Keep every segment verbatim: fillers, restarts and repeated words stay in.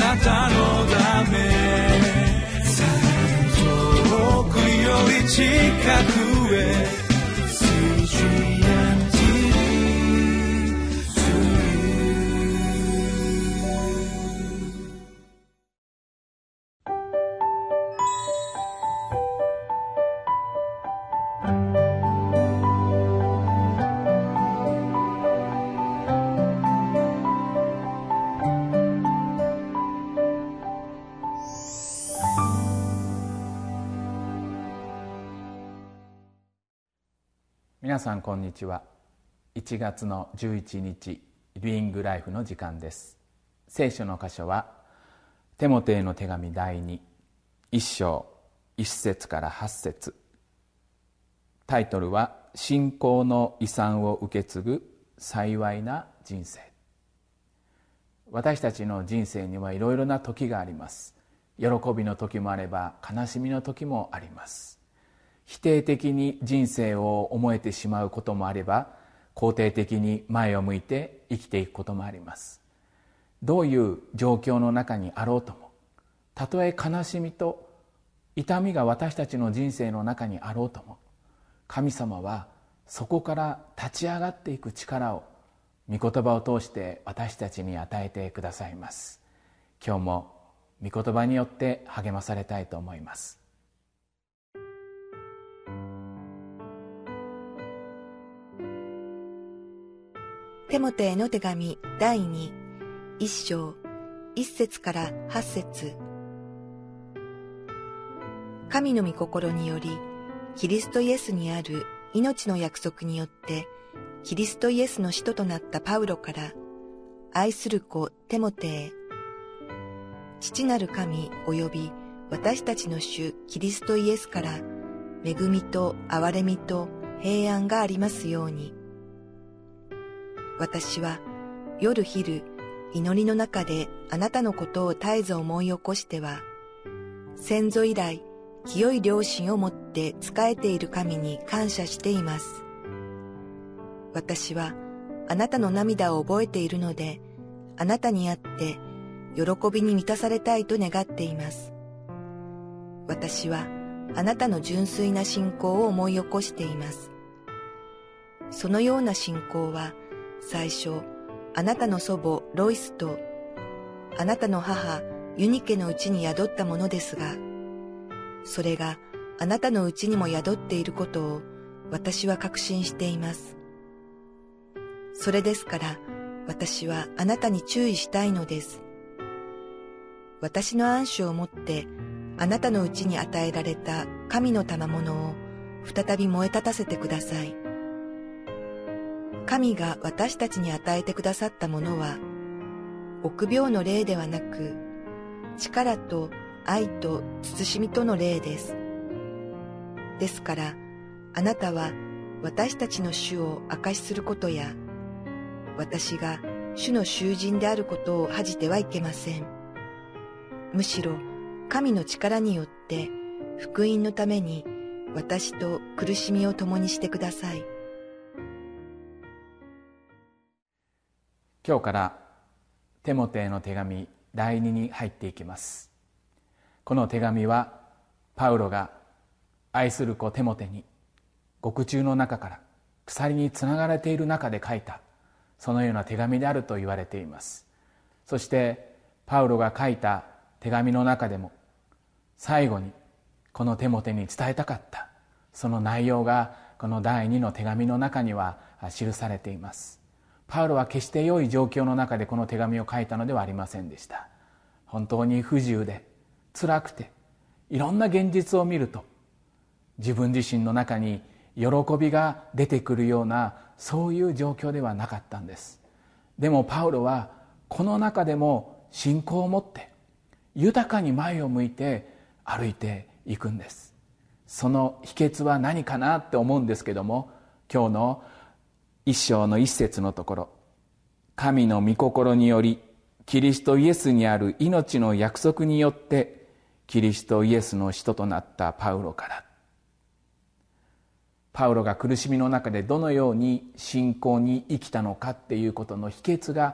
なたのため、遠くより近くへ皆さんこんにちは。いちがつのじゅういちにちリビングライフの時間です。聖書の箇所はテモテへの手紙だいにいっ章いっ節からはち節。タイトルは信仰の遺産を受け継ぐ幸いな人生。私たちの人生にはいろいろな時があります。喜びの時もあれば悲しみの時もあります。否定的に人生を思えてしまうこともあれば、肯定的に前を向いて生きていくこともあります。どういう状況の中にあろうとも、たとえ悲しみと痛みが私たちの人生の中にあろうとも、神様はそこから立ち上がっていく力を御言葉を通して私たちに与えてくださいます。今日も御言葉によって励まされたいと思います。 テモテへの手紙だいにいっ章いっ節からはち節。神の御心によりキリストイエスにある命の約束によってキリストイエスの使徒となったパウロから、愛する子テモテへ、父なる神および私たちの主キリストイエスから恵みと憐れみと平安がありますように。私は夜昼祈りの中であなたのことを絶えず思い起こしては、先祖以来清い良心を持って仕えている神に感謝しています。私はあなたの涙を覚えているので、あなたにあって喜びに満たされたいと願っています。私はあなたの純粋な信仰を思い起こしています。そのような信仰は最初、あなたの祖母ロイスとあなたの母ユニケのうちに宿ったものですが、それがあなたのうちにも宿っていることを私は確信しています。それですから私はあなたに注意したいのです。私の安守をもってあなたのうちに与えられた神の賜物を再び燃え立たせてください。神が私たちに与えてくださったものは、臆病の霊ではなく、力と愛と慎みとの霊です。ですから、あなたは私たちの主を証しすることや、私が主の囚人であることを恥じてはいけません。むしろ、神の力によって福音のために私と苦しみを共にしてください。 今日からテモテへの手紙だいにに入っていきます。この手紙はパウロが愛する子テモテに獄中の中から鎖につながれている中で書いた、そのような手紙であると言われています。そしてパウロが書いた手紙の中でも最後にこのテモテに伝えたかったその内容がこのだいにの手紙の中には記されています。パウロは決して良い状況の中でこの手紙を書いたのではありませんでした。本当に不自由で辛くていろんな現実を見ると自分自身の中に喜びが出てくるようなそういう状況ではなかったんです。でもパウロはこの中でも信仰を持って豊かに前を向いて歩いていくんです。その秘訣は何かなって思うんですけども、今日の一章の一節のところ、神の御心によりキリストイエスにある命の約束によってキリストイエスの使徒となったパウロから、パウロが苦しみの中でどのように信仰に生きたのかっていうことの秘訣が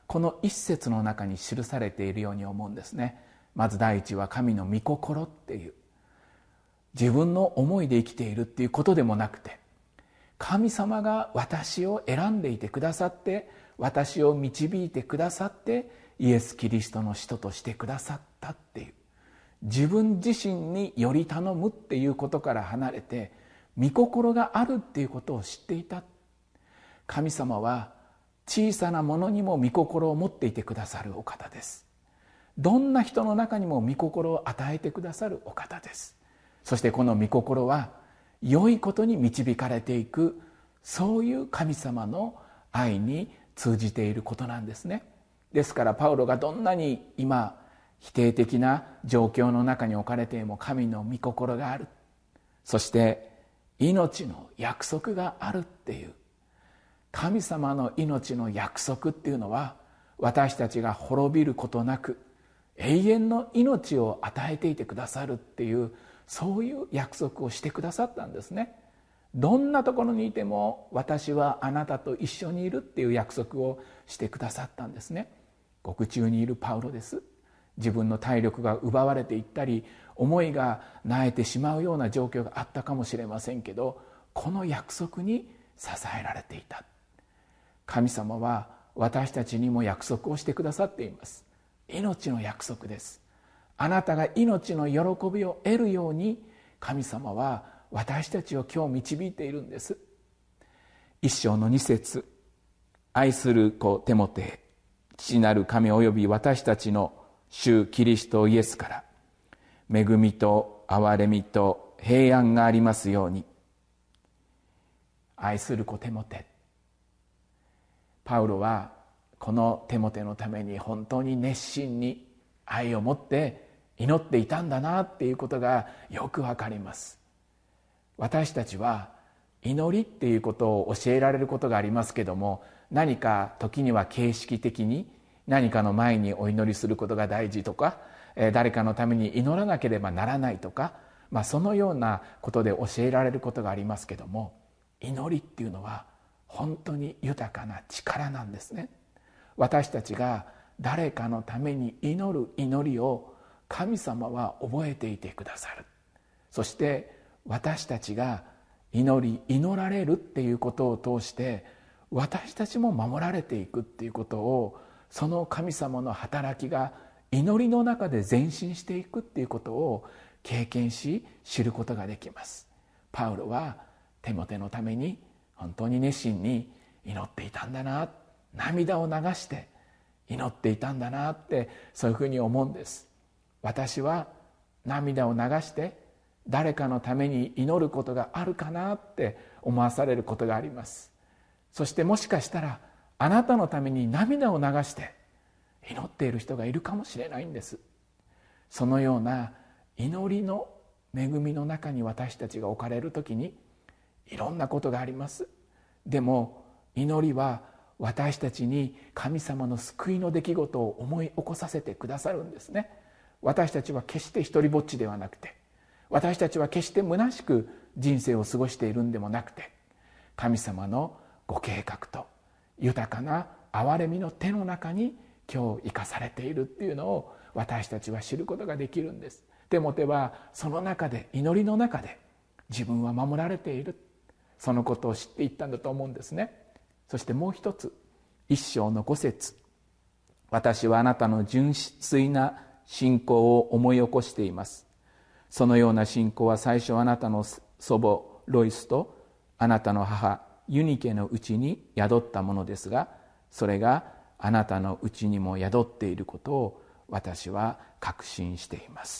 この一節の中に記されているように思うんですね。まず第一は神の御心っていう、自分の思いで生きているっていうことでもなくて、神様が私を選んでいてくださって、私を導いてくださって、イエス・キリストの使徒としてくださったっていう、自分自身により頼むっていうことから離れて、御心があるっていうことを知っていた。神様は小さなものにも御心を持っていてくださるお方です。どんな人の中にも御心を与えてくださるお方です。そしてこの御心は良いことに導かれていく、そういう神様の愛に通じていることなんですね。ですからパウロがどんなに今否定的な状況の中に置かれても神の御心がある、そして命の約束があるっていう、神様の命の約束っていうのは、私たちが滅びることなく永遠の命を与えていてくださるっていう、そういう約束をしてくださったんですね。どんなところにいても私はあなたと一緒にいるっていう約束をしてくださったんですね。獄中にいるパウロです。自分の体力が奪われていったり、思いが萎えてしまうような状況があったかもしれませんけど、この約束に支えられていた。神様は私たちにも約束をしてくださっています。命の約束です。あなたが命の喜びを得るように、神様は私たちを今日導いているんです。一章の二節、愛する子テモテ、父なる神および私たちの主キリストイエスから恵みと憐れみと平安がありますように。愛する子テモテ、パウロはこのテモテのために本当に熱心に愛を持って祈っていたんだなっていうことがよくわかります。私たちは祈りっていうことを教えられることがありますけども、何か時には形式的に何かの前にお祈りすることが大事とか、誰かのために祈らなければならないとか、まあ、そのようなことで教えられることがありますけども、祈りっていうのは本当に豊かな力なんですね。私たちが誰かのために祈る祈りを神様は覚えていてくださる。そして私たちが祈り祈られるっていうことを通して私たちも守られていくっていうことを、その神様の働きが祈りの中で前進していくっていうことを経験し知ることができます。パウロはテモテのために本当に熱心に祈っていたんだな、涙を流して祈っていたんだなって、そういうふうに思うんです。私は涙を流して誰かのために祈ることがあるかなって思わされることがあります。そしてもしかしたらあなたのために涙を流して祈っている人がいるかもしれないんです。そのような祈りの恵みの中に私たちが置かれるときにいろんなことがあります。でも祈りは私たちに神様の救いの出来事を思い起こさせてくださるんですね。私たちは決して一人ぼっちではなくて、私たちは決して虚しく人生を過ごしているんでもなくて、神様のご計画と豊かな憐れみの手の中に今日生かされているっていうのを私たちは知ることができるんです。テモテはその中で、祈りの中で自分は守られている、そのことを知っていったんだと思うんですね。そしてもう一つ、一章の五節、私はあなたの純粋な信仰を思い起こしています。そのような信仰は最初あなたの祖母ロイスとあなたの母ユニケのうちに宿ったものですが、それがあなたのうちにも宿っていることを私は確信しています。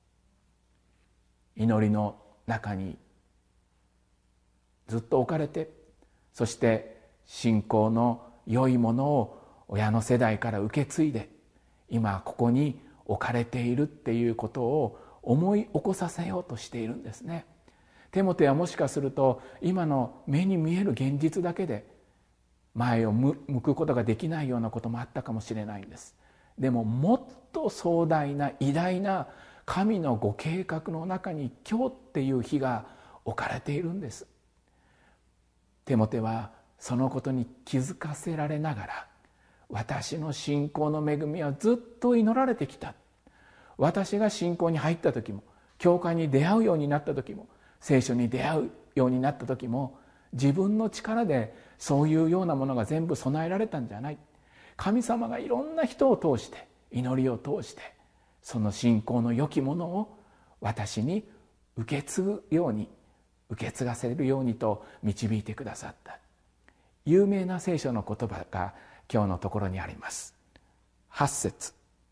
祈りの中にずっと置かれて、そして信仰の良いものを親の世代から受け継いで、今ここに置かれているっていうことを思い起こさせようとしているんですね。テモテはもしかすると今の目に見える現実だけで前を向くことができないようなこともあったかもしれないんです。でももっと壮大な偉大な神のご計画の中に今日っていう日が置かれているんです。テモテはそのことに気づかせられながら、 私の信仰の恵みはずっと祈られてきた。私が信仰に入った時も、教会に出会うようになった時も、聖書に出会うようになった時も、自分の力でそういうようなものが全部備えられたんじゃない。神様がいろんな人を通して、祈りを通して、その信仰の良きものを私に受け継ぐように、受け継がせるようにと導いてくださった。有名な聖書の言葉が今日のところにあります。はち節、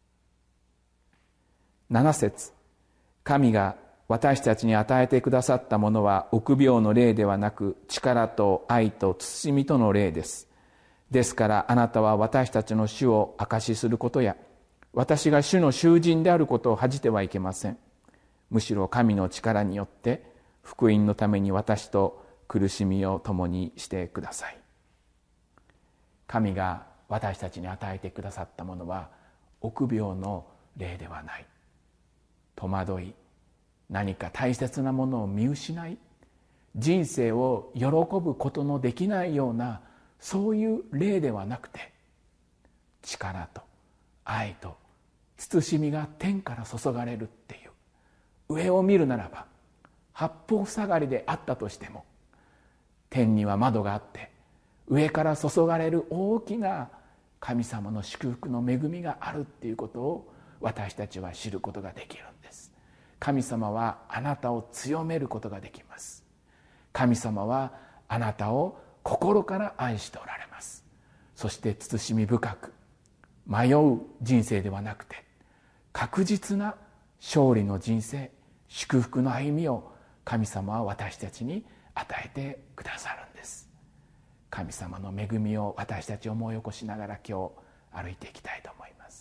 なな節、神が私たちに与えてくださったものは臆病の霊ではなく、力と愛と慎みとの霊です。ですからあなたは私たちの主を証しすることや、私が主の囚人であることを恥じてはいけません。むしろ神の力によって福音のために私と苦しみを共にしてください。神が私たちに与えてくださったものは臆病の霊ではない。戸惑い、何か大切なものを見失い、人生を喜ぶことのできないようなそういう霊ではなくて、力と愛と慎みが天から注がれるっていう、上を見るならば八方塞がりであったとしても、天には窓があって上から注がれる大きな神様の祝福の恵みがあるっていうことを私たちは知ることができるんです。神様はあなたを強めることができます。神様はあなたを心から愛しておられます。そして慎み深く迷う人生ではなくて、確実な勝利の人生、祝福の歩みを神様は私たちに与えてくださるんです。神様の恵みを私たち思い起こしながら今日歩いていきたいと思います。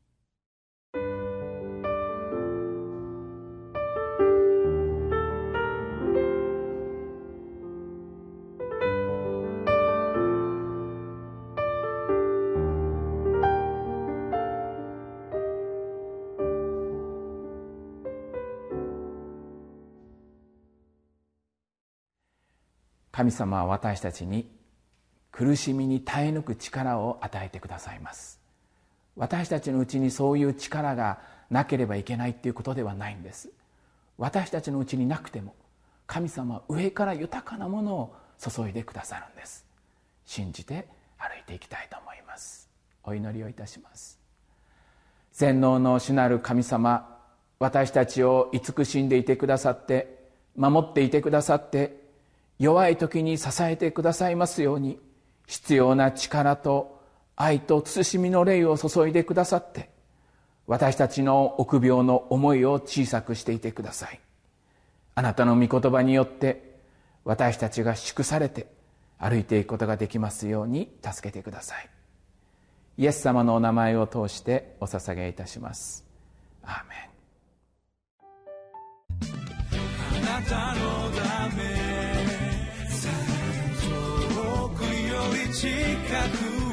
神様は私たちに苦しみに耐え抜く力を与えてくださいます。私たちのうちにそういう力がなければいけないっていうことではないんです。私たちのうちになくても神様は上から豊かなものを注いでくださるんです。信じて歩いていきたいと思います。お祈りをいたします。全能の主なる神様、私たちを慈しんでいてくださって、守っていてくださって、弱い時に支えてくださいますように、必要な力と愛と慎みの霊を注いでくださって、私たちの臆病の思いを小さくしていてください。あなたの御言葉によって私たちが祝されて歩いていくことができますように助けてください。イエス様のお名前を通してお捧げいたします。アーメン。 あなたのため遠くより近く